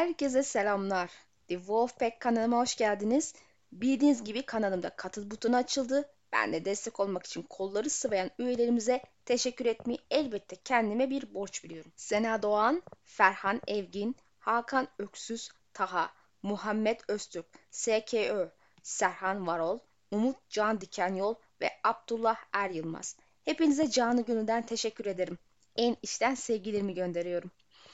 Herkese selamlar. The Wolfpack kanalıma hoş geldiniz. Bildiğiniz gibi kanalımda katıl butonu açıldı. Ben de destek olmak için kolları sıvayan üyelerimize teşekkür etmeyi elbette kendime bir borç biliyorum. Sena Doğan, Ferhan Evgin, Hakan Öksüz, Taha, Muhammed Öztürk, SKÖ, Serhan Varol, Umut Can Dikenyol ve Abdullah Er Yılmaz. Hepinize canı gönülden teşekkür ederim. En içten sevgilerimi gönderiyorum.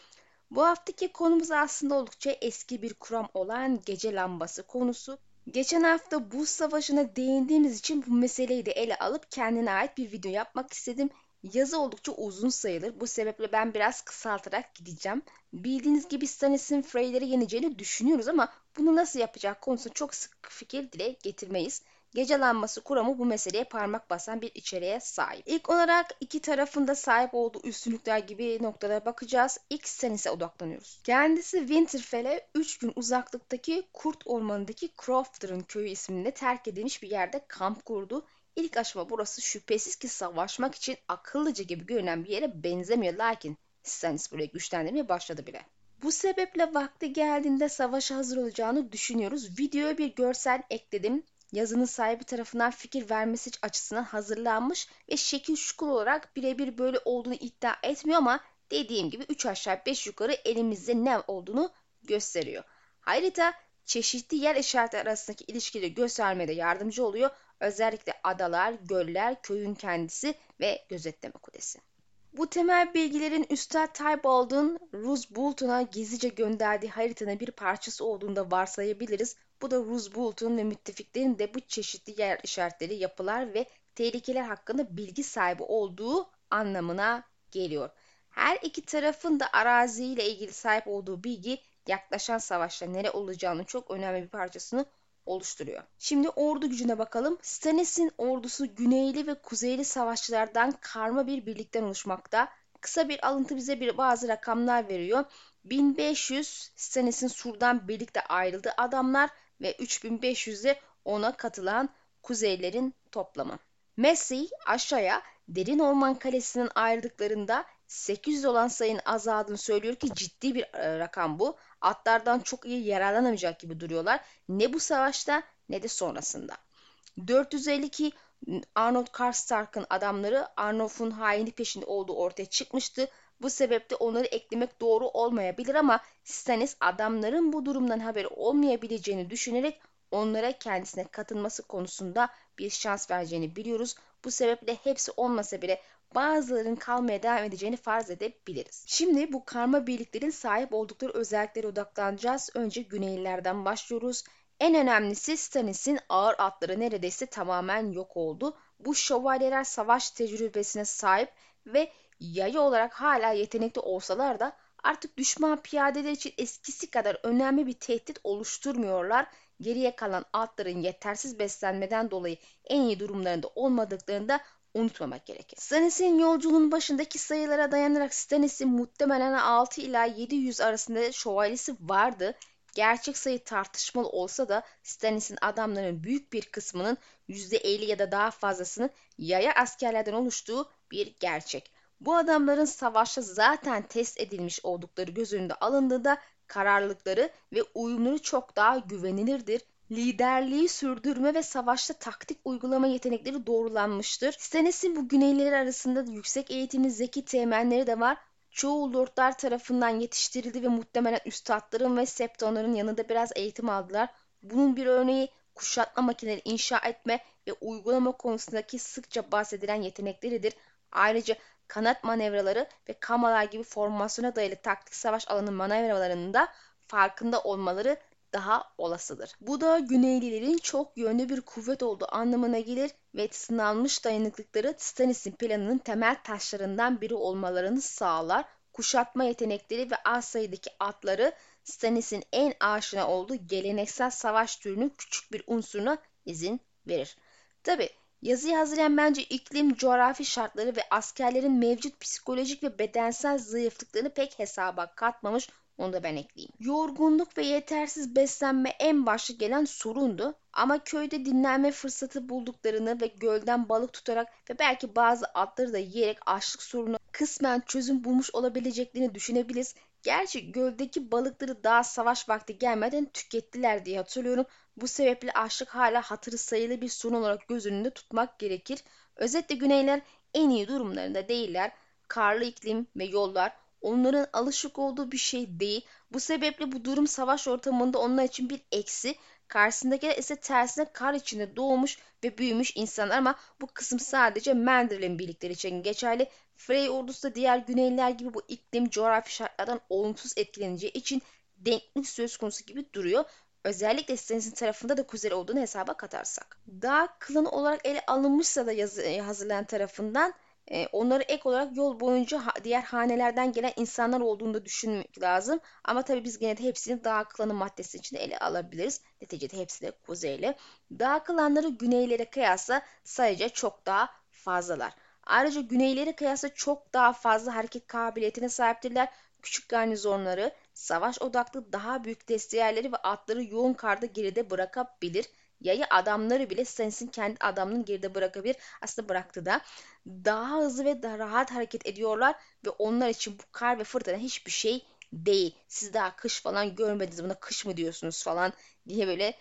Bu haftaki konumuz aslında oldukça eski bir kuram olan gece lambası konusu. Geçen hafta buz savaşına değindiğimiz için bu meseleyi de ele alıp kendine ait bir video yapmak istedim. Yazı oldukça uzun sayılır. Bu sebeple ben biraz kısaltarak gideceğim. Bildiğiniz gibi Stannis'in Frey'leri yeneceğini düşünüyoruz ama bunu nasıl yapacak konusunda çok sık fikir dile getirmeyiz. Gece lambası kuramı bu meseleye parmak basan bir içeriğe sahip. İlk olarak iki tarafında sahip olduğu üstünlükler gibi noktalara bakacağız. İlk Stannis'e odaklanıyoruz. Kendisi Winterfell'e 3 gün uzaklıktaki Kurt Ormanı'ndaki Crofter'ın köyü isminde terk edilmiş bir yerde kamp kurdu. İlk aşama burası şüphesiz ki savaşmak için akıllıca gibi görünen bir yere benzemiyor. Lakin Stannis buraya güçlendirmeye başladı bile. Bu sebeple vakti geldiğinde savaşa hazır olacağını düşünüyoruz. Videoya bir görsel ekledim. Yazının sahibi tarafından fikir vermesi açısından hazırlanmış ve şekil şukul olarak birebir böyle olduğunu iddia etmiyor ama dediğim gibi 3 aşağı 5 yukarı elimizde ne olduğunu gösteriyor. Harita çeşitli yer işaretleri arasındaki ilişkileri göstermede yardımcı oluyor. Özellikle adalar, göller, köyün kendisi ve gözetleme kulesi. Bu temel bilgilerin Üstad Tybald'ın Roose Bolton'a gizlice gönderdiği haritanın bir parçası olduğunu da varsayabiliriz. Bu da Roose Bolton ve müttefiklerin de bu çeşitli yer işaretleri, yapılar ve tehlikeler hakkında bilgi sahibi olduğu anlamına geliyor. Her iki tarafın da araziyle ilgili sahip olduğu bilgi yaklaşan savaşta nere olacağının çok önemli bir parçasını oluşturuyor. Şimdi ordu gücüne bakalım. Stannis'in ordusu güneyli ve kuzeyli savaşçılardan karma bir birlikten oluşmakta. Kısa bir alıntı bize bazı rakamlar veriyor. 1500 Stannis'in Sur'dan birlikte ayrıldığı adamlar ve 3500 de ona katılan kuzeylerin toplamı. Messi aşağıya Derin Orman Kalesi'nin ayrıldıklarında 800 olan sayının azaldığını söylüyor ki ciddi bir rakam bu. Atlardan çok iyi yararlanamayacak gibi duruyorlar. Ne bu savaşta ne de sonrasında. 452 Arnold Karstark'ın adamları Arnulf'un hainlik peşinde olduğu ortaya çıkmıştı. Bu sebeple onları eklemek doğru olmayabilir ama Stannis adamların bu durumdan haberi olmayabileceğini düşünerek onlara kendisine katılması konusunda bir şans vereceğini biliyoruz. Bu sebeple hepsi olmasa bile bazılarının kalmaya devam edeceğini farz edebiliriz. Şimdi bu karma birliklerin sahip oldukları özelliklere odaklanacağız. Önce Güneylilerden başlıyoruz. En önemlisi Stannis'in ağır atları neredeyse tamamen yok oldu. Bu şövalyeler savaş tecrübesine sahip ve yayı olarak hala yetenekli olsalar da artık düşman piyadeler için eskisi kadar önemli bir tehdit oluşturmuyorlar. Geriye kalan atların yetersiz beslenmeden dolayı en iyi durumlarında olmadıklarını da unutmamak gerekir. Stannis'in yolculuğun başındaki sayılara dayanarak Stannis'in muhtemelen 6 ila 700 arasında şövalyesi vardı. Gerçek sayı tartışmalı olsa da Stannis'in adamlarının büyük bir kısmının %50 ya da daha fazlasının yaya askerlerden oluştuğu bir gerçek. Bu adamların savaşta zaten test edilmiş oldukları göz önünde alındığında kararlılıkları ve uyumları çok daha güvenilirdir. Liderliği sürdürme ve savaşta taktik uygulama yetenekleri doğrulanmıştır. Stannis'in bu güneyliler arasında yüksek eğitimli zeki teğmenleri de var. Çoğu lordlar tarafından yetiştirildi ve muhtemelen üstadların ve septonların yanında biraz eğitim aldılar. Bunun bir örneği kuşatma makineleri inşa etme ve uygulama konusundaki sıkça bahsedilen yetenekleridir. Ayrıca kanat manevraları ve kamalar gibi formasyona dayalı taktik savaş alanı manevralarının da farkında olmaları daha olasıdır. Bu da Güneylilerin çok yönlü bir kuvvet olduğu anlamına gelir ve sınanmış dayanıklıkları Stannis'in planının temel taşlarından biri olmalarını sağlar. Kuşatma yetenekleri ve az sayıdaki atları Stannis'in en aşina olduğu geleneksel savaş türünün küçük bir unsuruna izin verir. Tabi yazıyı hazırlayan bence iklim, coğrafi şartları ve askerlerin mevcut psikolojik ve bedensel zayıflıklarını pek hesaba katmamış. Onu da ben ekleyeyim. Yorgunluk ve yetersiz beslenme en başta gelen sorundu. Ama köyde dinlenme fırsatı bulduklarını ve gölden balık tutarak ve belki bazı atları da yiyerek açlık sorunu kısmen çözüm bulmuş olabileceklerini düşünebiliriz. Gerçi göldeki balıkları daha savaş vakti gelmeden tükettiler diye hatırlıyorum. Bu sebeple açlık hala hatırı sayılı bir sorun olarak göz önünde tutmak gerekir. Özetle Güneyler en iyi durumlarında değiller. Karlı iklim ve yollar onların alışık olduğu bir şey değil. Bu sebeple bu durum savaş ortamında onlar için bir eksi. Karşısındakiler ise tersine kar içinde doğmuş ve büyümüş insanlar ama bu kısım sadece Mandarin birlikleri için geçerli. Frey ordusu da diğer Güneyliler gibi bu iklim coğrafi şartlardan olumsuz etkileneceği için denklik söz konusu gibi duruyor. Özellikle Stannis'in tarafında da kuzey olduğunu hesaba katarsak. Dağ klanı olarak ele alınmışsa da hazırlayan tarafından onları ek olarak yol boyunca diğer hanelerden gelen insanlar olduğunu da düşünmek lazım. Ama tabii biz gene de hepsini Dağ klanı maddesi içinde ele alabiliriz. Neticede hepsi de kuzeyli. Dağ klanları güneylere kıyasla sayıca çok daha fazlalar. Ayrıca güneylere kıyasla çok daha fazla hareket kabiliyetine sahiptirler. Küçük garnizonları, savaş odaklı daha büyük desteğerleri ve atları yoğun karda geride bırakabilir. Yayı adamları bile Stannis'in kendi adamını geride bırakabilir. Aslında bıraktı da. Daha hızlı ve daha rahat hareket ediyorlar ve onlar için bu kar ve fırtına hiçbir şey değil. Siz daha kış falan görmediniz, buna kış mı diyorsunuz falan diye böyle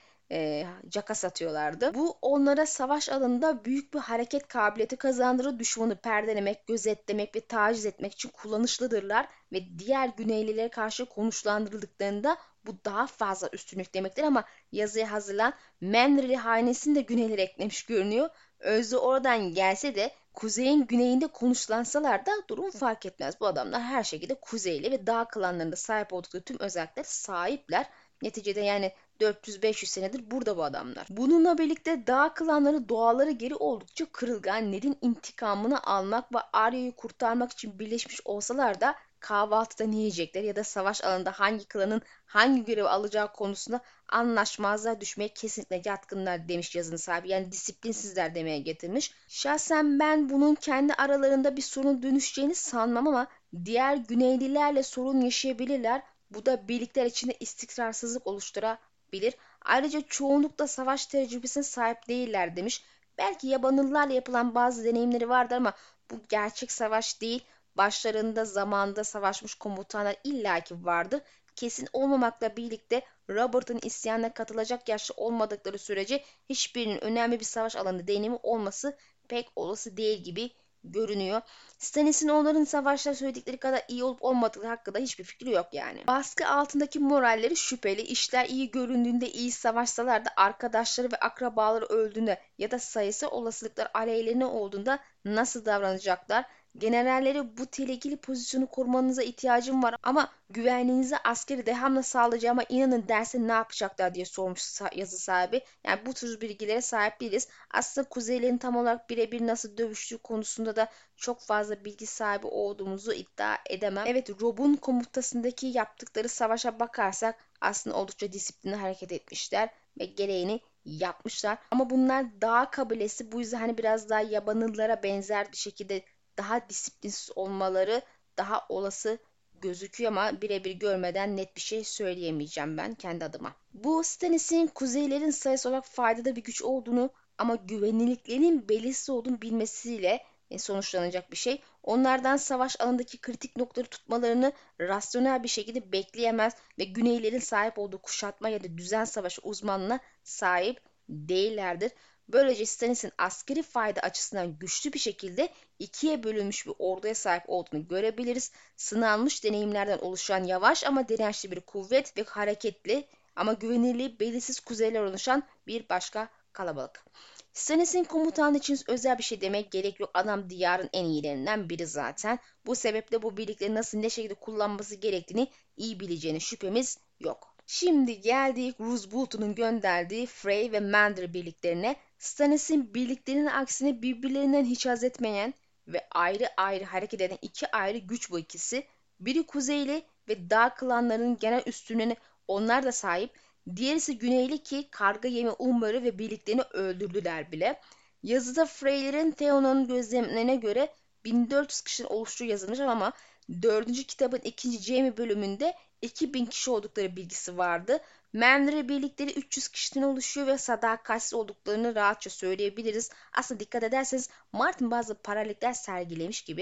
caka satıyorlardı. Bu onlara savaş alanında büyük bir hareket kabiliyeti kazandırır. Düşmanı perdelemek, gözetlemek ve taciz etmek için kullanışlıdırlar ve diğer Güneylilere karşı konuşlandırıldıklarında bu daha fazla üstünlük demektir ama yazıya hazırlanan Menrili hanesini de Güneylere eklemiş görünüyor. Özde oradan gelse de kuzeyin güneyinde konuşlansalar da durum fark etmez. Bu adamlar her şekilde kuzeyli ve dağ klanlarında sahip oldukları tüm özelliklere sahipler. Neticede yani 400-500 senedir burada bu adamlar. Bununla birlikte dağ klanları doğaları geri oldukça kırılgan. Ned'in intikamını almak ve Arya'yı kurtarmak için birleşmiş olsalar da kahvaltıda ne yiyecekler ya da savaş alanında hangi klanın hangi görevi alacağı konusunda anlaşmazlığa düşmeye kesinlikle yatkınlar demiş yazının sahibi. Yani disiplinsizler demeye getirmiş. Şahsen ben bunun kendi aralarında bir sorun dönüşeceğini sanmam ama diğer Güneylilerle sorun yaşayabilirler. Bu da birlikler içinde istikrarsızlık oluşturabilir. Ayrıca çoğunlukla savaş tecrübesine sahip değiller demiş. Belki yabanıllarla yapılan bazı deneyimleri vardır ama bu gerçek savaş değil. Başlarında zamanda savaşmış komutanlar illaki vardır. Kesin olmamakla birlikte Robert'ın isyanına katılacak yaşta olmadıkları sürece hiçbirinin önemli bir savaş alanında deneyimi olması pek olası değil gibi görünüyor. Stannis'in onların savaşta söyledikleri kadar iyi olup olmadığı hakkında hiçbir fikri yok yani. Baskı altındaki moralleri şüpheli. İşler iyi göründüğünde iyi savaşsalar da arkadaşları ve akrabaları öldüğünde ya da sayısı olasılıklar aleyhlerine olduğunda nasıl davranacaklar? Generalleri bu tehlikeli pozisyonu korumanıza ihtiyacım var ama güvenliğinizi askeri dehamla sağlayacağıma inanın derse ne yapacaklar diye sormuş yazı sahibi. Yani bu tür bilgilere sahip değiliz. Aslında Kuzeylerin tam olarak birebir nasıl dövüştüğü konusunda da çok fazla bilgi sahibi olduğumuzu iddia edemem. Evet, Rob'un komutasındaki yaptıkları savaşa bakarsak aslında oldukça disiplinli hareket etmişler ve gereğini yapmışlar. Ama bunlar dağ kabilesi, bu yüzden hani biraz daha yabanıllara benzer bir şekilde daha disiplinsiz olmaları daha olası gözüküyor ama birebir görmeden net bir şey söyleyemeyeceğim ben kendi adıma. Bu Stannis'in kuzeylerin sayısı olarak faydalı bir güç olduğunu ama güvenilirliklerinin belirsiz olduğunu bilmesiyle sonuçlanacak bir şey. Onlardan savaş alanındaki kritik noktaları tutmalarını rasyonel bir şekilde bekleyemez ve Güneylerin sahip olduğu kuşatma ya da düzen savaşı uzmanlığına sahip değillerdir. Böylece Stannis'in askeri fayda açısından güçlü bir şekilde ikiye bölünmüş bir orduya sahip olduğunu görebiliriz. Sınanmış deneyimlerden oluşan yavaş ama dirençli bir kuvvet ve hareketli ama güvenilirliği belirsiz kuzeyler oluşan bir başka kalabalık. Stannis'in komutanı için özel bir şey demek gerek yok. Adam diyarın en iyilerinden biri zaten. Bu sebeple bu birlikleri nasıl ne şekilde kullanması gerektiğini iyi bileceğine şüphemiz yok. Şimdi geldik Roose Bolton'un gönderdiği Frey ve Mandry birliklerine. Stannis'in birliklerinin aksine birbirlerinden hiç haz etmeyen ve ayrı ayrı hareket eden iki ayrı güç bu ikisi. Biri kuzeyli ve dağ klanlarının genel üstünlüğüne onlar da sahip. Diğerisi güneyli ki karga yemi Umbar'ı ve birliklerini öldürdüler bile. Yazıda Freyler'in Theon'un gözlemlerine göre 1400 kişinin oluştuğu yazılmış ama 4. kitabın 2. Jaime bölümünde 2000 kişi oldukları bilgisi vardı. Menry birlikleri 300 kişiden oluşuyor ve sadakatsiz olduklarını rahatça söyleyebiliriz. Aslında dikkat ederseniz Martin bazı paralellikler sergilemiş gibi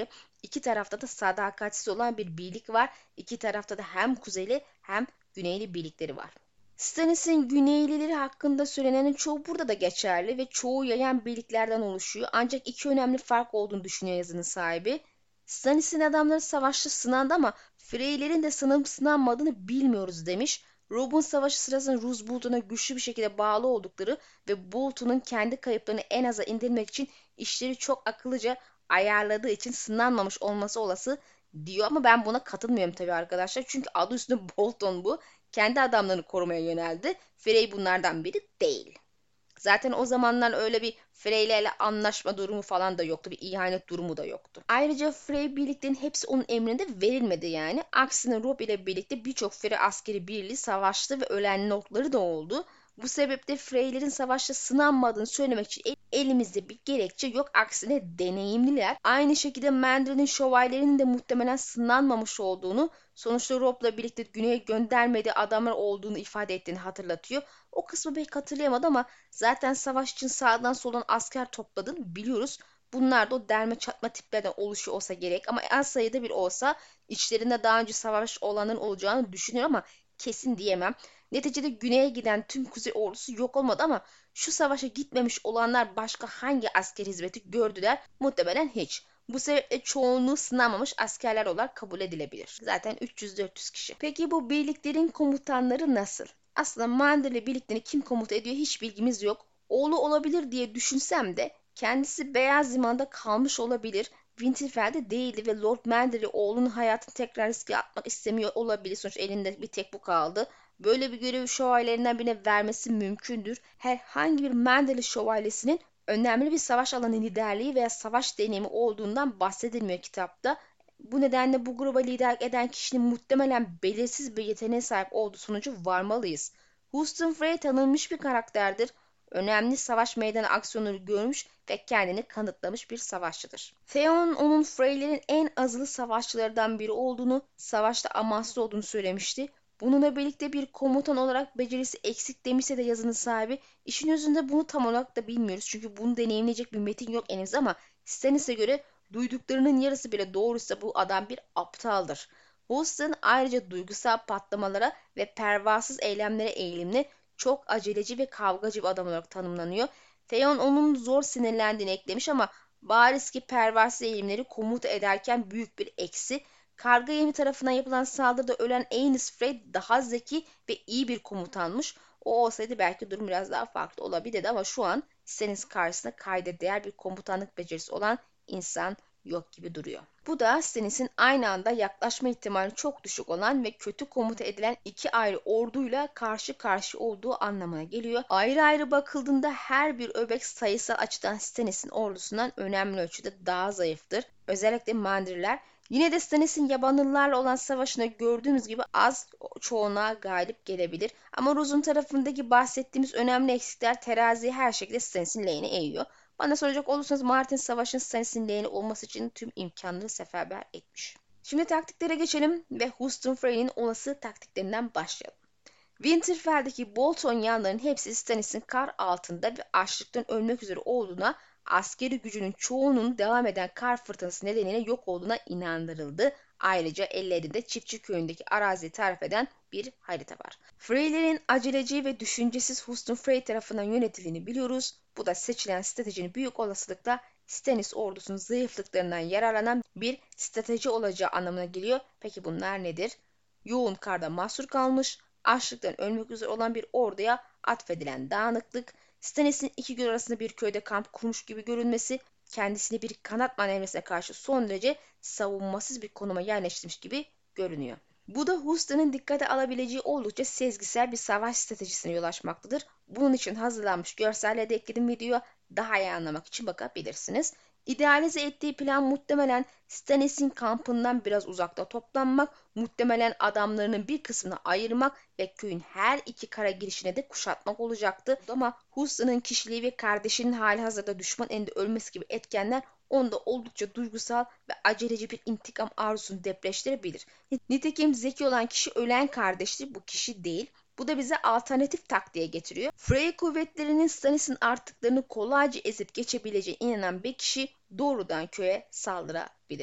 İki tarafta da sadakatsiz olan bir birlik var. İki tarafta da hem kuzeyli hem güneyli birlikleri var. Stannis'in güneylileri hakkında söylenenin çoğu burada da geçerli ve çoğu yayan birliklerden oluşuyor. Ancak iki önemli fark olduğunu düşünüyor yazının sahibi. Stannis'in adamları savaşta sınandı ama Frey'lerin de sınanıp sınanmadığını bilmiyoruz demiş. Robb'un savaşı sırasında Roose Bolton'a güçlü bir şekilde bağlı oldukları ve Bolton'un kendi kayıplarını en aza indirmek için işleri çok akıllıca ayarladığı için sınanmamış olması olası diyor ama ben buna katılmıyorum tabii arkadaşlar. Çünkü adı üstünde Bolton bu. Kendi adamlarını korumaya yöneldi. Frey bunlardan biri değil. Zaten o zamanlar öyle bir Frey'lerle anlaşma durumu falan da yoktu. Bir ihanet durumu da yoktu. Ayrıca Frey birliklerin hepsi onun emrinde verilmedi yani. Aksine Robb ile birlikte birçok Frey askeri birliği savaştı ve ölen notları da oldu. Bu sebeple Freylerin savaşta sınanmadığını söylemek için elimizde bir gerekçe yok. Aksine deneyimliler. Aynı şekilde Mandarin'in şövalyelerinin de muhtemelen sınanmamış olduğunu, sonuçta Robb'la birlikte güneye göndermediği adamlar olduğunu ifade ettiğini hatırlatıyor. O kısmı pek hatırlayamadı ama zaten savaş için sağdan soldan asker topladığını biliyoruz. Bunlar da o derme çatma tiplerden oluşuyor olsa gerek ama az sayıda bir olsa içlerinde daha önce savaş olanların olacağını düşünüyorum ama kesin diyemem. Neticede güneye giden tüm kuzey ordusu yok olmadı ama şu savaşa gitmemiş olanlar başka hangi asker hizmeti gördüler? Muhtemelen hiç. Bu sebeple çoğunluğu sınanmamış askerler olarak kabul edilebilir. Zaten 300-400 kişi. Peki bu birliklerin komutanları nasıl? Aslında Manderley birliklerini kim komuta ediyor hiç bilgimiz yok. Oğlu olabilir diye düşünsem de kendisi Beyaz Liman'da kalmış olabilir. Winterfell'de değildi ve Lord Manderley oğlunun hayatını tekrar riske atmak istemiyor olabilir. Sonuç elinde bir tek bu kaldı. Böyle bir görevi şövalyelerinden birine vermesi mümkündür. Herhangi bir Manderley şövalyesinin önemli bir savaş alanı liderliği veya savaş deneyimi olduğundan bahsedilmiyor kitapta. Bu nedenle bu gruba liderlik eden kişinin muhtemelen belirsiz bir yeteneğe sahip olduğu sonucu varmalıyız. Houston Frey tanınmış bir karakterdir. Önemli savaş meydanı aksiyonları görmüş ve kendini kanıtlamış bir savaşçıdır. Theon onun Freylerin en azılı savaşçılarından biri olduğunu, savaşta amansız olduğunu söylemişti. Bununla birlikte bir komutan olarak becerisi eksik demişse de yazının sahibi, işin özünde bunu tam olarak da bilmiyoruz. Çünkü bunu deneyimleyecek bir metin yok elimizde ama Stannis'e göre duyduklarının yarısı bile doğruysa bu adam bir aptaldır. Houston ayrıca duygusal patlamalara ve pervasız eylemlere eğilimli, çok aceleci ve kavgacı bir adam olarak tanımlanıyor. Theon onun zor sinirlendiğini eklemiş ama bariz ki pervasız eğilimleri komuta ederken büyük bir eksi. Karga yemi tarafından yapılan saldırıda ölen Aenys Frey daha zeki ve iyi bir komutanmış. O olsaydı belki durum biraz daha farklı olabilirdi ama şu an Stannis karşısında kayda değer bir komutanlık becerisi olan insan yok gibi duruyor. Bu da Stannis'in aynı anda yaklaşma ihtimali çok düşük olan ve kötü komuta edilen iki ayrı orduyla karşı karşı olduğu anlamına geliyor. Ayrı ayrı bakıldığında her bir öbek sayısal açıdan Stannis'in ordusundan önemli ölçüde daha zayıftır. Özellikle Mandriler. Yine de Stannis'in yabanlılarla olan savaşında gördüğümüz gibi az çoğunluğa galip gelebilir. Ama Rose'un tarafındaki bahsettiğimiz önemli eksikler teraziyi her şekilde Stannis'in lehine eğiyor. Bana soracak olursanız Martin Savaş'ın Stannis'in lehine olması için tüm imkanları seferber etmiş. Şimdi taktiklere geçelim ve Houston Frey'nin olası taktiklerinden başlayalım. Winterfell'deki Bolton yanlarının hepsi Stannis'in kar altında ve açlıktan ölmek üzere olduğuna, askeri gücünün çoğunun devam eden kar fırtınası nedeniyle yok olduğuna inandırıldı. Ayrıca ellerinde Çiftçi Köyü'ndeki araziyi tarif eden bir harita var. Freylerin aceleci ve düşüncesiz Houston Frey tarafından yönetildiğini biliyoruz. Bu da seçilen stratejinin büyük olasılıkla Stannis ordusunun zayıflıklarından yararlanan bir strateji olacağı anlamına geliyor. Peki bunlar nedir? Yoğun karda mahsur kalmış, açlıktan ölmek üzere olan bir orduya atfedilen dağınıklık, Stannis'in iki gün arasında bir köyde kamp kurmuş gibi görünmesi, kendisini bir kanat manevrasına karşı son derece savunmasız bir konuma yerleştirmiş gibi görünüyor. Bu da Houston'ın dikkate alabileceği oldukça sezgisel bir savaş stratejisine yol açmaktadır. Bunun için hazırlanmış görselleri de ekledim videoya. Daha iyi anlamak için bakabilirsiniz. İdealize ettiği plan muhtemelen Stannis'in kampından biraz uzakta toplanmak, muhtemelen adamlarının bir kısmını ayırmak ve köyün her iki kara girişine de kuşatmak olacaktı. Ama Houston'ın kişiliği ve kardeşinin halihazırda düşman elinde ölmesi gibi etkenler onda oldukça duygusal ve aceleci bir intikam arzusunu depreştirebilir. Nitekim zeki olan kişi ölen kardeştir, bu kişi değil. Bu da bize alternatif taktiğe getiriyor. Frey kuvvetlerinin Stannis'in artıklarını kolayca ezip geçebileceğine inanan bir kişi doğrudan köye saldırabilir.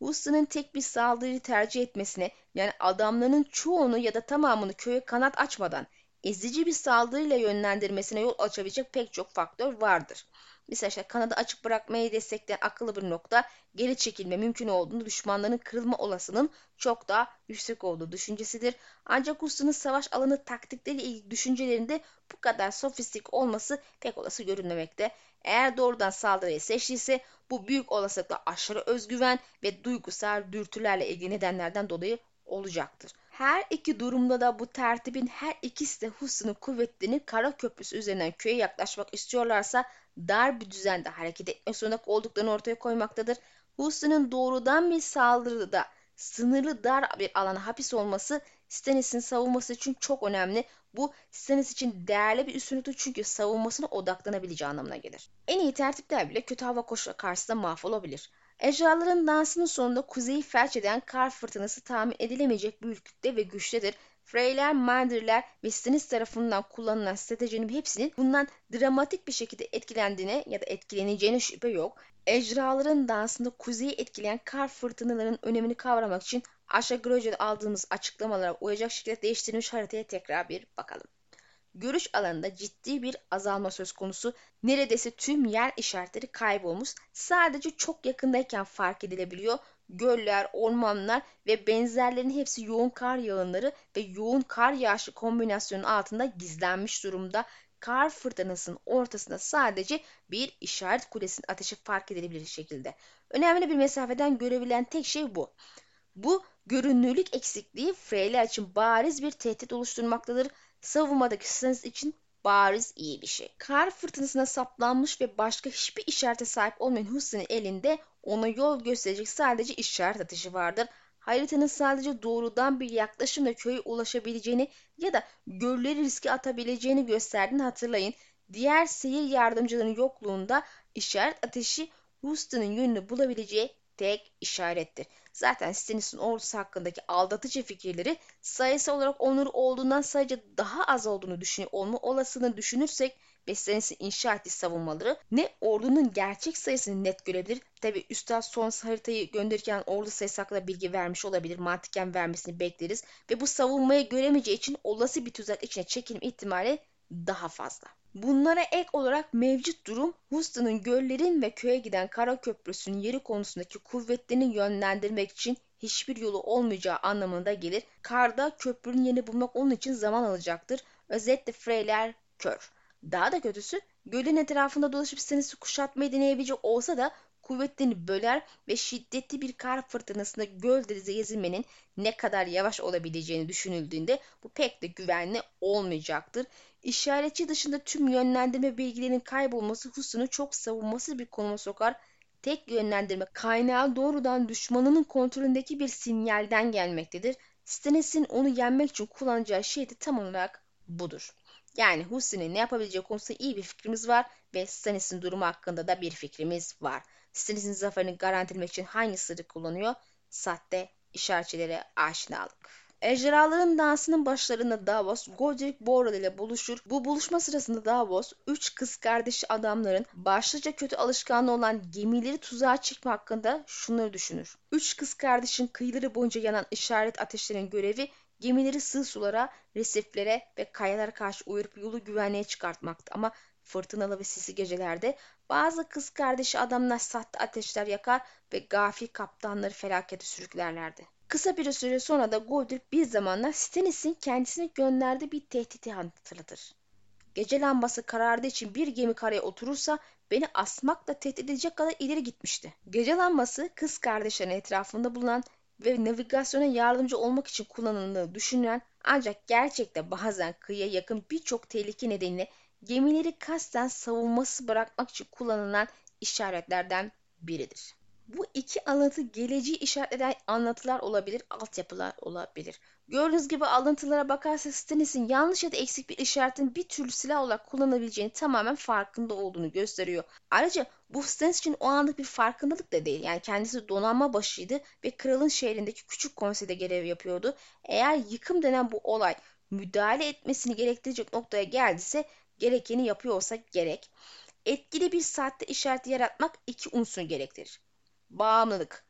Houston'ın tek bir saldırıyı tercih etmesine, yani adamlarının çoğunu ya da tamamını köye kanat açmadan ezici bir saldırıyla yönlendirmesine yol açabilecek pek çok faktör vardır. Mesela işte kanadı açık bırakmayı destekleyen akıllı bir nokta, geri çekilme mümkün olduğunu, düşmanların kırılma olasılığının çok daha yüksek olduğu düşüncesidir. Ancak Houston'ın savaş alanı taktikleriyle ilgili düşüncelerinde bu kadar sofistik olması pek olası görünmemekte. Eğer doğrudan saldırıyı seçtiyse bu büyük olasılıkla aşırı özgüven ve duygusal dürtülerle ilgili nedenlerden dolayı olacaktır. Her iki durumda da bu tertibin her ikisi de Houston'un kuvvetlerini kara köprüsü üzerinden köye yaklaşmak istiyorlarsa dar bir düzende hareket etmek zorunda olduklarını ortaya koymaktadır. Houston'un doğrudan bir saldırıda sınırlı dar bir alana hapis olması Stannis'in savunması için çok önemli. Bu Stannis için değerli bir üstünlüktür çünkü savunmasına odaklanabileceği anlamına gelir. En iyi tertipler bile kötü hava koşulları karşısında mahvolabilir. Ejderhaların dansının sonunda kuzeyi felç eden kar fırtınası tahmin edilemeyecek büyüklükte ve güçtedir. Freyler, Manderler ve Stannis tarafından kullanılan stratejinin hepsinin bundan dramatik bir şekilde etkilendiğine ya da etkileneceğine şüphe yok. Ejderhaların dansında kuzeyi etkileyen kar fırtınalarının önemini kavramak için aşağı Grosje'de aldığımız açıklamalara uyacak şekilde değiştirilmiş haritaya tekrar bir bakalım. Görüş alanında ciddi bir azalma söz konusu. Neredeyse tüm yer işaretleri kaybolmuş. Sadece çok yakındayken fark edilebiliyor. Göller, ormanlar ve benzerlerinin hepsi yoğun kar yağınları ve yoğun kar yağışı kombinasyonun altında gizlenmiş durumda. Kar fırtınasının ortasında sadece bir işaret kulesinin ateşi fark edilebilir şekilde. Önemli bir mesafeden görebilen tek şey bu. Bu görünürlük eksikliği Freyler için bariz bir tehdit oluşturmaktadır. Savunmadaki Stannis için bariz iyi bir şey. Kar fırtınasına saplanmış ve başka hiçbir işarete sahip olmayan Houston'ın elinde ona yol gösterecek sadece işaret ateşi vardır. Haritanın sadece doğrudan bir yaklaşımla köye ulaşabileceğini ya da gölleri riske atabileceğini gösterdiğini hatırlayın. Diğer seyir yardımcılarının yokluğunda işaret ateşi Houston'ın yönünü bulabileceği tek işarettir. Zaten Stannis'in ordusu hakkındaki aldatıcı fikirleri sayısı olarak onları olduğundan sadece daha az olduğunu düşünüyor olma olasılığını düşünürsek ve Stannis'in inşa ettiği savunmaları ne ordunun gerçek sayısını net görebilir. Tabi Üstad son haritayı gönderirken ordu sayısı hakkında bilgi vermiş olabilir. Mantıken vermesini bekleriz. Ve bu savunmayı göremeyeceği için olası bir tuzak içine çekilme ihtimali daha fazla. Bunlara ek olarak mevcut durum Houston'un göllerin ve köye giden kara köprüsünün yeri konusundaki kuvvetlerini yönlendirmek için hiçbir yolu olmayacağı anlamına gelir. Karda köprünün yerini bulmak onun için zaman alacaktır. Özetle Freyler kör. Daha da kötüsü gölün etrafında dolaşıp Stannis'i kuşatmayı deneyebilecek olsa da kuvvetlerini böler ve şiddetli bir kar fırtınasında göl denize ezilmenin ne kadar yavaş olabileceğini düşünüldüğünde bu pek de güvenli olmayacaktır. İşaretçi dışında tüm yönlendirme bilgilerinin kaybolması Houston'u çok savunmasız bir konuma sokar. Tek yönlendirme kaynağı doğrudan düşmanının kontrolündeki bir sinyalden gelmektedir. Stannis'in onu yenmek için kullanacağı şey de tam olarak budur. Yani Houston'un ne yapabileceği konusunda iyi bir fikrimiz var ve Stannis'in durumu hakkında da bir fikrimiz var. Stannis'in zaferini garantilemek için hangi sırrı kullanıyor? Sahte işaretçilere aşinalık. Ejderhaların dansının başlarında Davos, Godric Borrell ile buluşur. Bu buluşma sırasında Davos, üç kız kardeşi adamların başlıca kötü alışkanlığı olan gemileri tuzağa çekme hakkında şunları düşünür. Üç kız kardeşin kıyıları boyunca yanan işaret ateşlerinin görevi gemileri sığ sulara, resiflere ve kayalara karşı uyarıp yolu güvenliğe çıkartmaktı. Ama fırtınalı ve sisli gecelerde bazı kız kardeşi adamlar sahte ateşler yakar ve gafil kaptanları felakete sürüklerlerdi. Kısa bir süre sonra da Godric bir zamanlar Stannis'in kendisine gönderdiği bir tehdidi hatırlatır. Gece lambası karardığı için bir gemi karaya oturursa beni asmakla tehdit edecek kadar ileri gitmişti. Gece lambası kız kardeşlerinin etrafında bulunan ve navigasyona yardımcı olmak için kullanıldığını düşünülen ancak gerçekte bazen kıyıya yakın birçok tehlike nedeniyle gemileri kasten savunması bırakmak için kullanılan işaretlerden biridir. Bu iki alıntı geleceği işaret eden anlatılar olabilir, altyapılar olabilir. Gördüğünüz gibi alıntılara bakarsak Stannis'in yanlış ya da eksik bir işaretin bir türlü silah olarak kullanabileceğini tamamen farkında olduğunu gösteriyor. Ayrıca bu Stannis için o anlık bir farkındalık da değil. Yani kendisi donanma başıydı ve kralın şehrindeki küçük konseyde görev yapıyordu. Eğer yıkım denen bu olay müdahale etmesini gerektirecek noktaya geldiyse gerekeni yapıyor olsa gerek. Etkili bir saatte işareti yaratmak iki unsur gerektirir. Bağımlılık.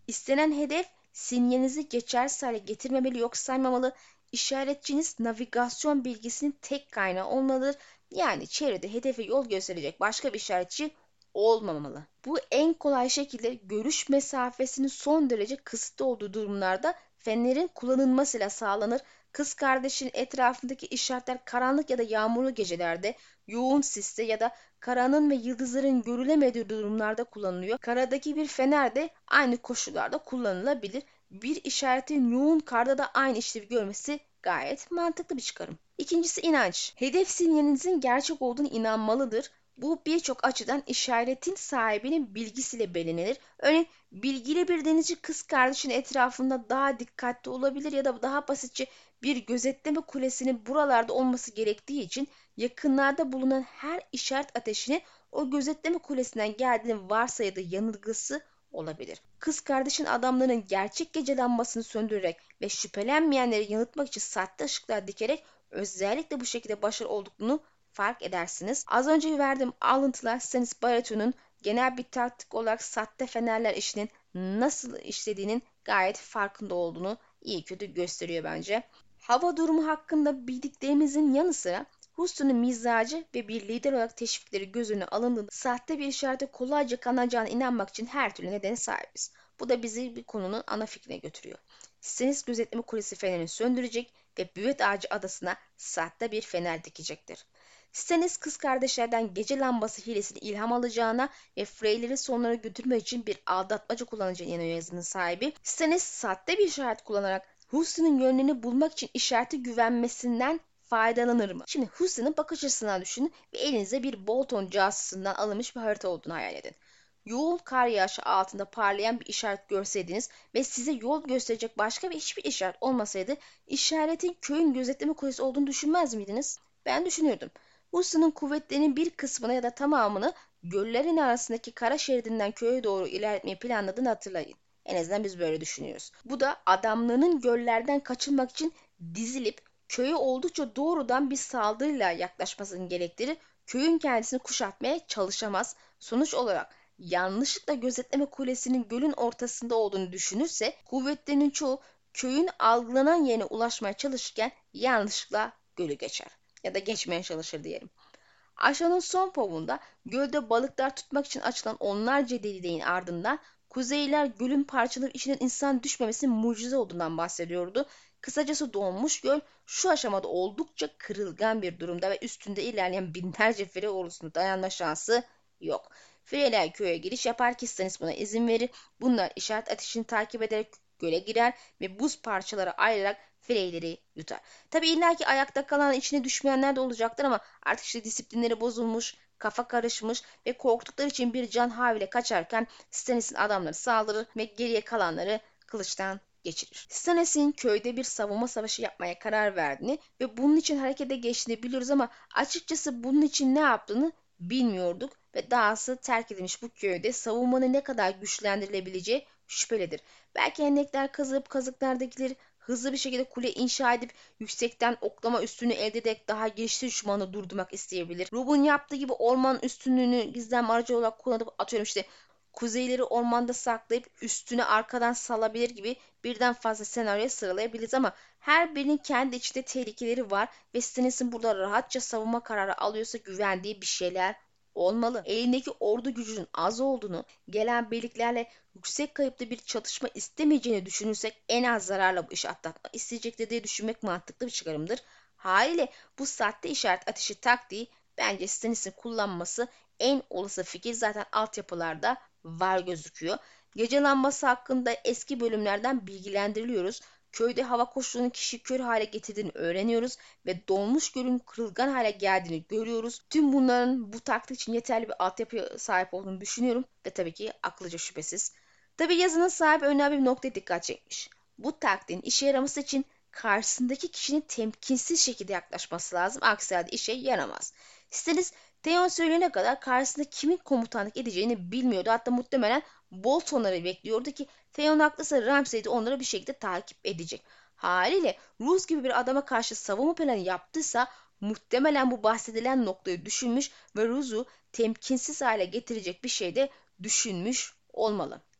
İstenen hedef sinyalinizi geçersiz hale getirmemeli, yok saymamalı. İşaretçiniz navigasyon bilgisinin tek kaynağı olmalıdır. Yani çevrede hedefe yol gösterecek başka bir işaretçi olmamalı. Bu en kolay şekilde görüş mesafesinin son derece kısıtlı olduğu durumlarda fenerin kullanılmasıyla sağlanır. Kız kardeşin etrafındaki işaretler karanlık ya da yağmurlu gecelerde, yoğun siste ya da karanın ve yıldızların görülemediği durumlarda kullanılıyor. Karadaki bir fener de aynı koşullarda kullanılabilir. Bir işaretin yoğun karda da aynı işlevi görmesi gayet mantıklı bir çıkarım. İkincisi inanç. Hedef sinyalinizin gerçek olduğunu inanmalıdır. Bu birçok açıdan işaretin sahibinin bilgisiyle belirlenir. Örneğin bilgili bir denizci kız kardeşinin etrafında daha dikkatli olabilir ya da daha basitçe bir gözetleme kulesinin buralarda olması gerektiği için yakınlarda bulunan her işaret ateşinin o gözetleme kulesinden geldiğini varsaydığı yanılgısı olabilir. Kız kardeşin adamların gerçek gece lambasını söndürerek ve şüphelenmeyenleri yanıltmak için sahte ışıklar dikerek özellikle bu şekilde başarılı olduklarını fark edersiniz. Az önce verdiğim alıntılar Stanis Baratheon'un genel bir taktik olarak sahte fenerler işinin nasıl işlediğinin gayet farkında olduğunu iyi kötü gösteriyor bence. Hava durumu hakkında bildiklerimizin yanı sıra Houston'un mizacı ve bir lider olarak teşvikleri göz önüne alındığında sahte bir işarete kolayca kanacağına inanmak için her türlü nedene sahibiz. Bu da bizi bir konunun ana fikrine götürüyor. Stennis gözetleme kulesi fenerini söndürecek ve Büvet Ağacı adasına sahte bir fener dikecektir. Stannis kız kardeşlerden gece lambası hilesini ilham alacağına ve Freyleri sonlara götürmek için bir aldatmaca kullanacağına inanıyor yazının sahibi. Stannis sahte bir işaret kullanarak Houston'un yönlerini bulmak için işareti güvenmesinden faydalanır mı? Şimdi Houston'un bakış açısından düşünün ve elinize bir Bolton casusundan alınmış bir harita olduğunu hayal edin. Yoğun kar yağışı altında parlayan bir işaret görseydiniz ve size yol gösterecek başka hiçbir işaret olmasaydı işaretin köyün gözetleme kulesi olduğunu düşünmez miydiniz? Ben düşünürdüm. Houston'un kuvvetlerinin bir kısmını ya da tamamını göllerin arasındaki kara şeridinden köye doğru ilerletmeyi planladığını hatırlayın. En azından biz böyle düşünüyoruz. Bu da adamlarının göllerden kaçınmak için dizilip köye oldukça doğrudan bir saldırıyla yaklaşmasını gerektirir. Köyün kendisini kuşatmaya çalışamaz. Sonuç olarak yanlışlıkla gözetleme kulesinin gölün ortasında olduğunu düşünürse kuvvetlerinin çoğu köyün algılanan yerine ulaşmaya çalışırken yanlışlıkla gölü geçer. Ya da geçmeye çalışır diyelim. Aşağının son povunda gölde balıklar tutmak için açılan onlarca deliğin ardından Kuzeyliler gölün parçalanıp içinden insan düşmemesinin mucize olduğundan bahsediyordu. Kısacası donmuş göl şu aşamada oldukça kırılgan bir durumda ve üstünde ilerleyen binlerce fire ordusuna dayanma şansı yok. Fireler köye giriş yapar ki Stannis buna izin verir. Bunlar işaret ateşini takip ederek göle girer ve buz parçaları ayırarak Freyleri yutar. Tabi illaki ayakta kalan içine düşmeyenler de olacaktır ama artık işte disiplinleri bozulmuş, kafa karışmış ve korktukları için bir can havle kaçarken Stannis'in adamları saldırır ve geriye kalanları kılıçtan geçirir. Stannis'in köyde bir savunma savaşı yapmaya karar verdiğini ve bunun için harekete geçtiğini biliyoruz ama açıkçası bunun için ne yaptığını bilmiyorduk ve dahası terk edilmiş bu köyde savunmanın ne kadar güçlendirilebileceği şüphelidir. Belki hendekler kazıp kazıklar dikilir, hızlı bir şekilde kule inşa edip yüksekten oklama üstünü elde ederek daha güçlü düşmanı durdurmak isteyebilir. Rob'un yaptığı gibi orman üstünlüğünü gizlenme aracı olarak kullanıp atıyorum işte kuzeyleri ormanda saklayıp üstüne arkadan salabilir gibi birden fazla senaryoya sıralayabiliriz ama her birinin kendi içinde tehlikeleri var ve Stannis'in burada rahatça savunma kararı alıyorsa güvendiği bir şeyler olmalı. Elindeki ordu gücünün az olduğunu, gelen birliklerle yüksek kayıplı bir çatışma istemeyeceğini düşünürsek en az zararla bu işi atlatmak isteyecektir diye düşünmek mantıklı bir çıkarımdır. Haliyle bu sahte işaret ateşi taktiği bence Stannis'in kullanması en olası fikir zaten altyapılarda var gözüküyor. Gece lambası hakkında eski bölümlerden bilgilendiriliyoruz. Köyde hava koşullarının kişiyi kör hale getirdiğini öğreniyoruz ve donmuş gölün kırılgan hale geldiğini görüyoruz. Tüm bunların bu taktik için yeterli bir altyapıya sahip olduğunu düşünüyorum ve tabii ki akıllıca şüphesiz. Tabii yazının sahibi önemli bir noktaya dikkat çekmiş. Bu taktiğin işe yaraması için karşısındaki kişinin temkinsiz şekilde yaklaşması lazım. Aksi halde işe yaramaz. Stannis Theon söyleyene kadar karşısında kimin komutanlık edeceğini bilmiyordu. Hatta muhtemelen Bolton'ları bekliyordu ki Theon haklıysa Ramsay de onları bir şekilde takip edecek. Haliyle Roose gibi bir adama karşı savunma planı yaptıysa muhtemelen bu bahsedilen noktayı düşünmüş ve Roose'u temkinsiz hale getirecek bir şey de düşünmüş olmalı.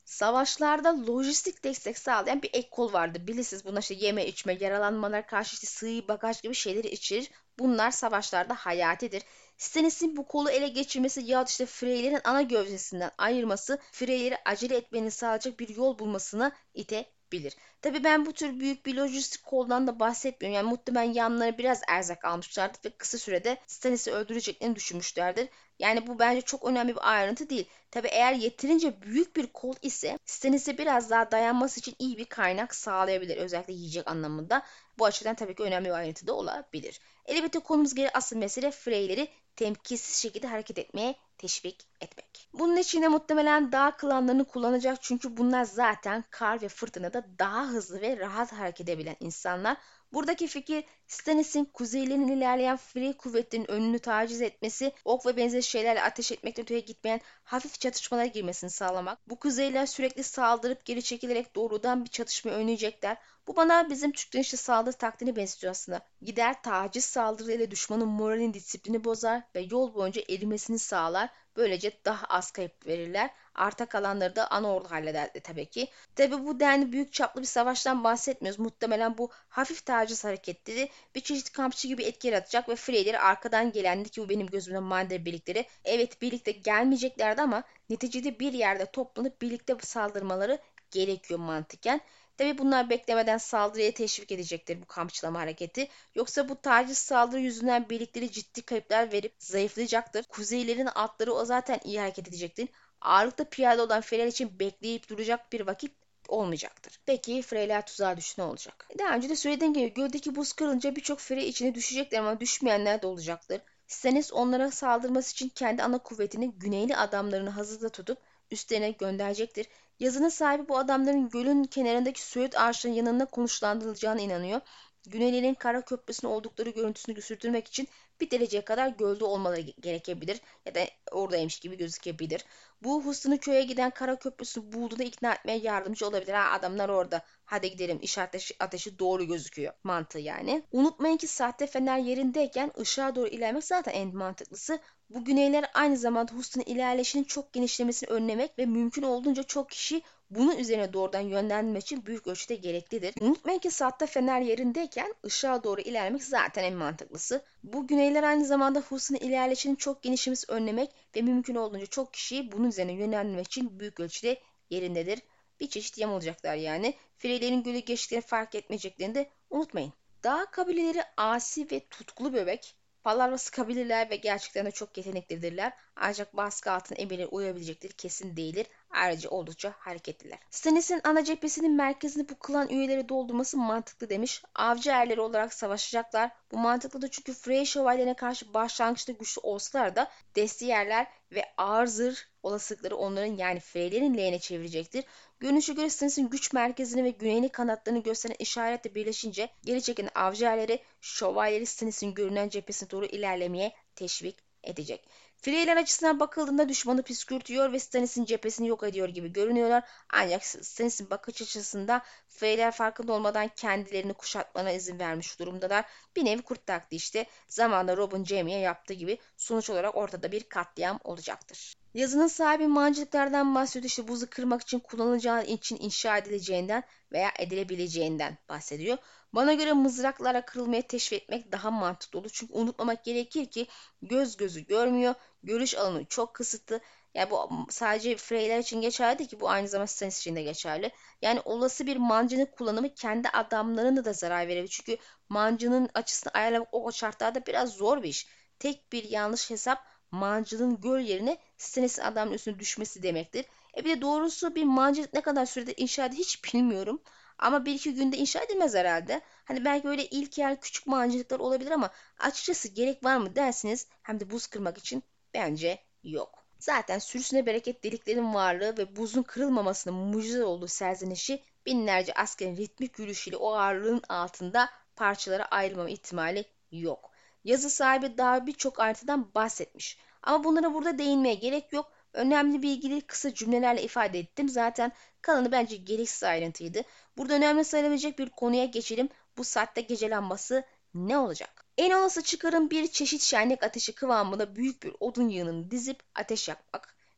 Savaşlarda lojistik destek sağlayan bir ek kol vardı. Bilirsiniz buna işte yeme içme, yaralanmalar karşı işte sığ bagaj gibi şeyleri içerir. Bunlar savaşlarda hayatidir. Stannis'in bu kolu ele geçirmesi ya işte Freyler'in ana gövdesinden ayırması Freyler'i acele etmeni sağlayacak bir yol bulmasına itebilir. Tabii ben bu tür büyük bir lojistik koldan da bahsetmiyorum. Yani muhtemelen yanlarına biraz erzak almışlardır ve kısa sürede Stannis'i öldüreceklerini düşünmüşlerdir. Yani bu bence çok önemli bir ayrıntı değil. Tabii eğer yeterince büyük bir kol ise Stannis'e biraz daha dayanması için iyi bir kaynak sağlayabilir. Özellikle yiyecek anlamında. Bu açıdan tabii ki önemli bir ayrıntı da olabilir. Elbette konumuz geri asıl mesele Freyleri temkinsiz şekilde hareket etmeye teşvik etmek. Bunun için de muhtemelen dağ klanlarını kullanacak çünkü bunlar zaten kar ve fırtınada daha hızlı ve rahat hareket edebilen insanlar. Buradaki fikir Stannis'in kuzeylerin ilerleyen Frey kuvvetlerinin önünü taciz etmesi, ok ve benzeri şeylerle ateş etmekten öteye gitmeyen hafif çatışmalara girmesini sağlamak. Bu kuzeyler sürekli saldırıp geri çekilerek doğrudan bir çatışmayı önleyecekler. Bu bana bizim Türklerin işte saldırı taktiğini benziyor aslında. Gider taciz saldırıyla düşmanın moralini disiplini bozar ve yol boyunca erimesini sağlar. Böylece daha az kayıp verirler. Arta kalanları da ana ordu halleder tabii ki. Tabii bu denli büyük çaplı bir savaştan bahsetmiyoruz. Muhtemelen bu hafif taciz hareketleri bir çeşit kampçı gibi etki yaratacak ve Freyleri arkadan gelendi ki bu benim gözümde Mander birlikleri. Evet birlikte gelmeyeceklerdi ama neticede bir yerde toplanıp birlikte saldırmaları gerekiyor mantıken. Tabi bunlar beklemeden saldırıya teşvik edecektir bu kampçılama hareketi. Yoksa bu taciz saldırı yüzünden birlikleri ciddi kayıplar verip zayıflayacaktır. Kuzeylerin atları o zaten iyi hareket edecektir. Ağırlıkta piyade olan Freyler için bekleyip duracak bir vakit olmayacaktır. Peki Freyler tuzağa düştü ne olacak? Daha önce de söylediğim gibi göldeki buz kırılınca birçok Frey içine düşecekler ama düşmeyenler de olacaktır. Stannis onlara saldırması için kendi ana kuvvetini güneyli adamlarını hazırda tutup üstlerine gönderecektir. Yazının sahibi bu adamların gölün kenarındaki Söğüt ağaçlarının yanında konuşlandırılacağına inanıyor. Güneylilerin kara köprüsünün oldukları görüntüsünü sürdürmek için bir dereceye kadar gölde olmaları gerekebilir ya da oradaymış gibi gözükebilir. Bu Huston'un köye giden kara köprüsünü bulduğunda ikna etmeye yardımcı olabilir. Ha, adamlar orada. Hadi gidelim. İşaret ateşi doğru gözüküyor. Mantığı yani. Unutmayın ki sahte fener yerindeyken ışığa doğru ilerlemek zaten en mantıklısı. Bu güneyler aynı zamanda Houston'un ilerleyişinin çok genişlemesini önlemek ve mümkün olduğunca çok kişi bunun üzerine doğrudan yönlendirmek için büyük ölçüde gereklidir. Unutmayın ki saatte fener yerindeyken ışığa doğru ilerlemek zaten en mantıklısı. Bu güneyler aynı zamanda Houston'un ilerleyişinin çok genişlemesi önlemek ve mümkün olduğunca çok kişiyi bunun üzerine yönlendirmek için büyük ölçüde yerindedir. Bir çeşit yam olacaklar yani. Freylerin gölü geçtiklerini fark etmeyeceklerini de unutmayın. Dağ kabileleri asi ve tutkulu bebek, Palavras kabileler ve gerçekten de çok yeteneklidirler. Ancak baskı altına emirleri uyabilecekleri kesin değildir. Ayrıca oldukça hareketliler. Stannis'in ana cephesinin merkezini bu klan üyeleri doldurması mantıklı demiş. Avcı erleri olarak savaşacaklar. Bu mantıklıdır çünkü Frey şövalyelerine karşı başlangıçta güçlü olsalar da desti yerler ve ağır zırh olasılıkları onların yani Freylerin lehine çevirecektir. Görünüşe göre Stannis'in güç merkezini ve güneyli kanatlarını gösteren işaretle birleşince geri çeken avcı erleri şövalyeleri Stannis'in görünen cephesine doğru ilerlemeye teşvik edecek. Freyler açısından bakıldığında düşmanı püskürtüyor ve Stannis'in cephesini yok ediyor gibi görünüyorlar. Ancak Stannis'in bakış açısında Freyler farkında olmadan kendilerini kuşatmana izin vermiş durumdalar. Bir nevi kurt taktiği işte. Zamanında Rob'un Jaime'ye yaptığı gibi sonuç olarak ortada bir katliam olacaktır. Yazının sahibi mancınıklardan bahsediyor. İşte buzu kırmak için kullanılacağı için inşa edileceğinden veya edilebileceğinden bahsediyor. Bana göre mızraklara kırılmaya teşvik etmek daha mantıklı olur. Çünkü unutmamak gerekir ki göz gözü görmüyor. Görüş alanı çok kısıtlı. Yani bu sadece Freyler için geçerli değil ki bu aynı zamanda Stannis için de geçerli. Yani olası bir mancınık kullanımı kendi adamlarına da zarar verebilir. Çünkü mancının açısını ayarlamak o şartlarda biraz zor bir iş. Tek bir yanlış hesap mancının göl yerine Stannis'in adamın üstüne düşmesi demektir. Bir de doğrusu bir mancınık ne kadar sürede inşa edilir hiç bilmiyorum. Ama bir iki günde inşa edilmez herhalde. Hani belki öyle ilk yer küçük mancınıklar olabilir ama açıkçası gerek var mı dersiniz hem de buz kırmak için bence yok. Zaten sürüsüne bereket deliklerin varlığı ve buzun kırılmamasının mucize olduğu serzenişi binlerce askerin ritmik yürüyüşüyle o ağırlığın altında parçalara ayrılmama ihtimali yok. Yazı sahibi daha birçok ayrıntıdan bahsetmiş. Ama bunlara burada değinmeye gerek yok. Önemli bilgileri kısa cümlelerle ifade ettim. Zaten kalanı bence gereksiz ayrıntıydı. Burada önemli sayılabilecek bir konuya geçelim. Bu saatte gece lambası ne olacak? En olası çıkarım bir çeşit şenlik ateşi kıvamında büyük bir odun yığınını dizip ateş yakmak.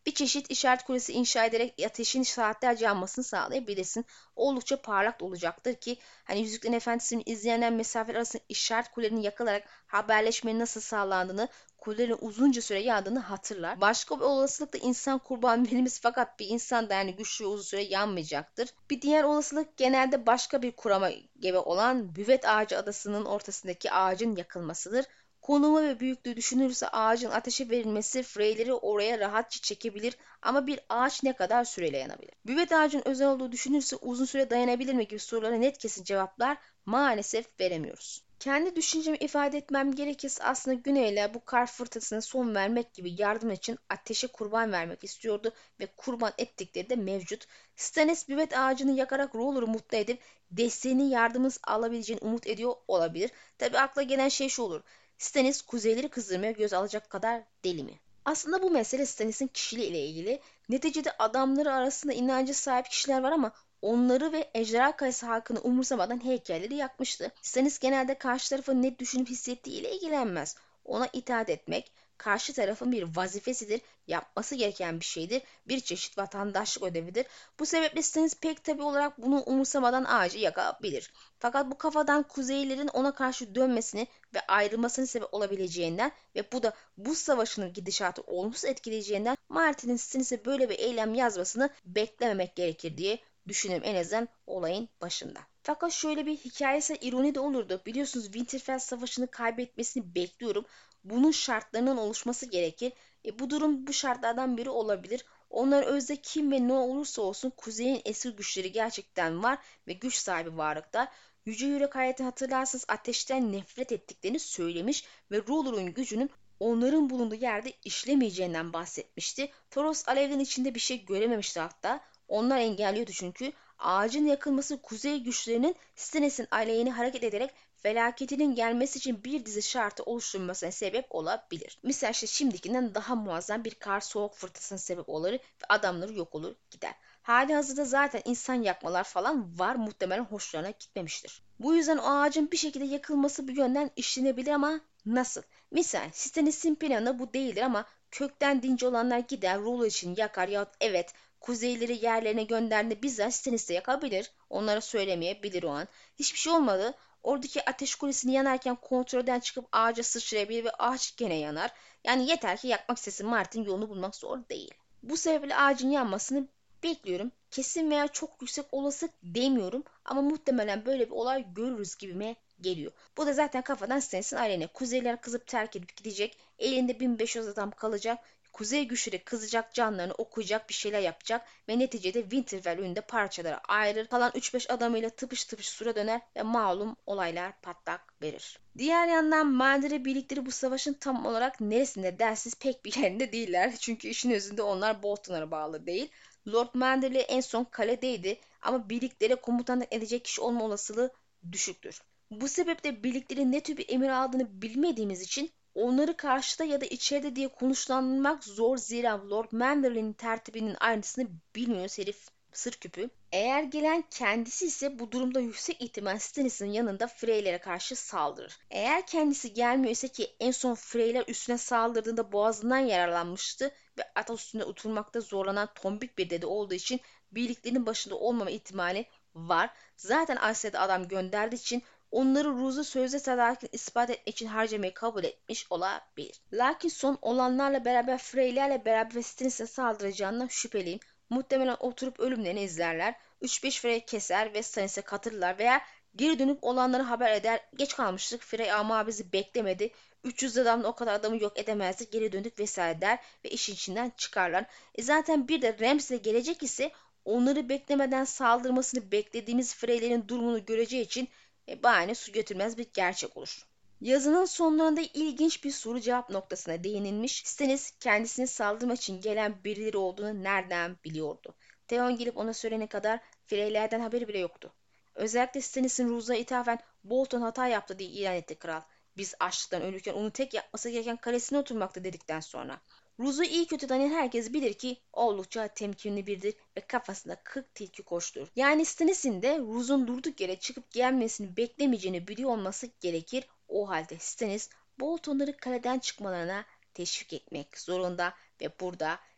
Bir çeşit işaret kulesi inşa ederek ateşin saatlerce yanmasını sağlayabilirsin. Oldukça parlak da olacaktır ki hani Yüzüklerin Efendisi'ni izleyenler mesafeler arasında işaret kulelerini yakalarak haberleşmenin nasıl sağlandığını, kulelerin uzunca süre yandığını hatırlar. Başka bir olasılık da insan kurban verilmesi, fakat bir insan da yani güçlü uzun süre yanmayacaktır. Bir diğer olasılık genelde başka bir kurama gebe olan Büvet Ağacı adasının ortasındaki ağacın yakılmasıdır. Konumu ve büyüklüğü düşünülürse ağacın ateşe verilmesi Freyleri oraya rahatça çekebilir, ama bir ağaç ne kadar süreyle yanabilir? Büvet ağacın özel olduğu düşünülürse uzun süre dayanabilir mi gibi sorulara net kesin cevaplar maalesef veremiyoruz. Kendi düşüncemi ifade etmem gerekirse aslında Güney'le bu kar fırtınasına son vermek gibi yardım için ateşe kurban vermek istiyordu ve kurban ettikleri de mevcut. Stannis büvet ağacını yakarak Roller'ı mutlu edip desteğini yardımınız alabileceğini umut ediyor olabilir. Tabi akla gelen şey şu olur: Stannis kuzeyleri kızdırmaya göz alacak kadar deli mi? Aslında bu mesele Stannis'in kişiliği ile ilgili. Neticede adamları arasında inancı sahip kişiler var ama onları ve Ejderha Kalesi halkını umursamadan heykelleri yakmıştı. Stannis genelde karşı tarafın ne düşünüp hissettiği ile ilgilenmez. Ona itaat etmek karşı tarafın bir vazifesidir, yapması gereken bir şeydir, bir çeşit vatandaşlık ödevidir. Bu sebeple Stannis pek tabi olarak bunu umursamadan ağacı yakabilir. Fakat bu kafadan Kuzeylilerin ona karşı dönmesini ve ayrılmasına sebep olabileceğinden ve bu da bu savaşın gidişatı olumsuz etkileyeceğinden Martin'in Stannis'e böyle bir eylem yazmasını beklememek gerekir diye düşünüyorum, en azından olayın başında. Fakat şöyle bir hikayesi ironi de olurdu. Biliyorsunuz Winterfell Savaşı'nı kaybetmesini bekliyorum. Bunun şartlarının oluşması gerekir. Bu durum bu şartlardan biri olabilir. Onlar özde kim ve ne olursa olsun kuzeyin eski güçleri gerçekten var ve güç sahibi varlıklar. Yüce Yürek Hayat'ı hatırlarsanız ateşten nefret ettiklerini söylemiş ve Roller'ın gücünün onların bulunduğu yerde işlemeyeceğinden bahsetmişti. Thoros alevden içinde bir şey görememişti hatta. Onlar engelliyordu çünkü. Ağacın yakılması kuzey güçlerinin Stannis'in aleyhine hareket ederek felaketinin gelmesi için bir dizi şartı oluşturmasına sebep olabilir. Misal işte şimdikinden daha muazzam bir kar soğuk fırtınasına sebep olur ve adamları yok olur gider. Hali hazırda zaten insan yakmalar falan var, muhtemelen hoşlarına gitmemiştir. Bu yüzden o ağacın bir şekilde yakılması bir yönden işlenebilir ama nasıl? Misal Stannis'in planı bu değildir ama kökten dinci olanlar gider Rollo için yakar yahut evet kuzeyleri yerlerine gönderdiğinde bizzat Stannis'te yakabilir. Onlara söylemeyebilir o an. Hiçbir şey olmadı. Oradaki ateş kulesini yanarken kontrolden çıkıp ağaca sıçrayabilir ve ağaç gene yanar. Yani yeter ki yakmak istesin, Martin yolunu bulmak zor değil. Bu sebeple ağacın yanmasını bekliyorum. Kesin veya çok yüksek olasılık demiyorum ama muhtemelen böyle bir olay görürüz gibime geliyor. Bu da zaten kafadan Stannis'in aleyhine. Kuzeyler kızıp terk edip gidecek. Elinde 1500 adam kalacak. Kuzey güçleri kızacak, canlarını okuyacak, bir şeyler yapacak ve neticede Winterfell önünde parçalara ayrılır. Kalan 3-5 adamıyla tıpış tıpış sura döner ve malum olaylar patlak verir. Diğer yandan Mandalay birlikleri bu savaşın tam olarak neresinde dersiz pek bir yerinde değiller. Çünkü işin özünde onlar Bolton'a bağlı değil. Lord Manderley en son kaledeydi ama birliklere komutanlık edecek kişi olma olasılığı düşüktür. Bu sebeple birliklerin ne tür bir emir aldığını bilmediğimiz için onları karşıda ya da içeride diye konuşlandırmak zor, zira Lord Manderley'nin tertibinin ayrıntısını bilmiyoruz herif sır küpü. Eğer gelen kendisi ise bu durumda yüksek ihtimal Stannis'in yanında Freylere karşı saldırır. Eğer kendisi gelmiyor ise, ki en son Freyler üstüne saldırdığında boğazından yaralanmıştı ve at üstünde oturmakta zorlanan tombik bir dede olduğu için birliklerin başında olmama ihtimali var. Zaten Asya'da adam gönderdiği için onları Rose'u sözde sadakat ispat etmek için harcamayı kabul etmiş olabilir. Lakin son olanlarla beraber Freylerle beraber ve Stannis'e saldıracağından şüpheliyim. Muhtemelen oturup ölümlerini izlerler. 3-5 Frey keser ve Stannis'e katılırlar veya geri dönüp olanları haber eder. Geç kalmıştık. Frey ama bizi beklemedi. 300 adamla o kadar adamı yok edemezdik. Geri döndük vesaire der ve işin içinden çıkarlar. Zaten bir de Ramsay gelecek ise onları beklemeden saldırmasını beklediğimiz Freylerin durumunu göreceği için bahane su götürmez bir gerçek olur. Yazının sonlarında ilginç bir soru cevap noktasına değinilmiş. Stannis kendisine saldırmak için gelen birileri olduğunu nereden biliyordu? Theon gelip ona söylene kadar Freylerden haberi bile yoktu. Özellikle Stannis'in Rose'a ithafen Bolton hata yaptı diye ilan etti kral. Biz açlıktan ölürken onu tek yapması gereken kalesine oturmakta dedikten sonra. Rose'u iyi kötü tanıyan herkes bilir ki oldukça temkinli biridir ve kafasında 40 tilki koşturur. Yani Stannis'in de Rose'un durduk yere çıkıp gelmesini beklemeyeceğini biliyor olması gerekir. O halde Stannis Boltonları kaleden çıkmalarına teşvik etmek zorunda ve burada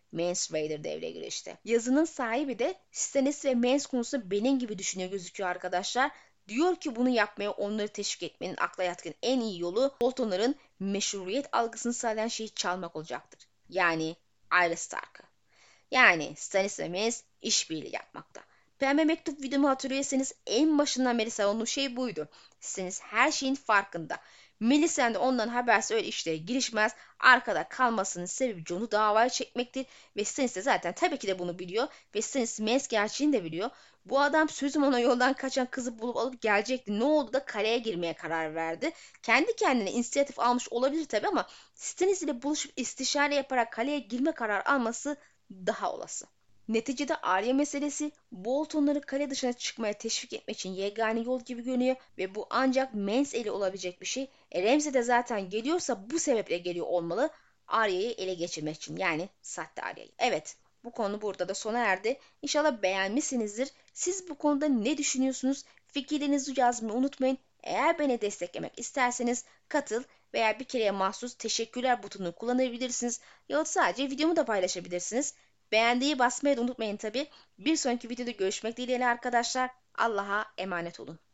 Mance Raider devreye giriyor işte. Yazının sahibi de Stannis ve Mance konusunda benim gibi düşünüyor gözüküyor arkadaşlar. Diyor ki bunu yapmaya onları teşvik etmenin akla yatkın en iyi yolu Boltonların meşruiyet algısını sağlayan şeyi çalmak olacaktır. Yani Arya Stark'ı. Yani Stannis ve Mance işbirliği yapmakta. Pembe Mektup videomu hatırlıyorsanız en başından beri savunduğum şey buydu. Stannis her şeyin farkında. Melisandre de ondan habersiz öyle işlere girişmez. Arkada kalmasının sebebi Jon'u davaya çekmektir. Ve Stannis de zaten tabii ki de bunu biliyor. Ve Stannis Mance gerçeğini de biliyor. Bu adam sözüm ona yoldan kaçan kızı bulup alıp gelecekti. Ne oldu da kaleye girmeye karar verdi. Kendi kendine inisiyatif almış olabilir tabii ama Stannis ile buluşup istişare yaparak kaleye girme kararı alması daha olası. Neticede Arya meselesi Boltonları kale dışına çıkmaya teşvik etmek için yegane yol gibi görünüyor ve bu ancak Mance eli olabilecek bir şey. Ramsay de zaten geliyorsa bu sebeple geliyor olmalı. Arya'yı ele geçirmek için, yani sahte Arya'yı. Evet, bu konu burada da sona erdi. İnşallah beğenmişsinizdir. Siz bu konuda ne düşünüyorsunuz? Fikirlerinizi yazmayı unutmayın. Eğer beni desteklemek isterseniz katıl veya bir kereye mahsus teşekkürler butonunu kullanabilirsiniz. Yahut sadece videomu da paylaşabilirsiniz. Beğendiği basmayı da unutmayın tabi. Bir sonraki videoda görüşmek dileğiyle arkadaşlar. Allah'a emanet olun.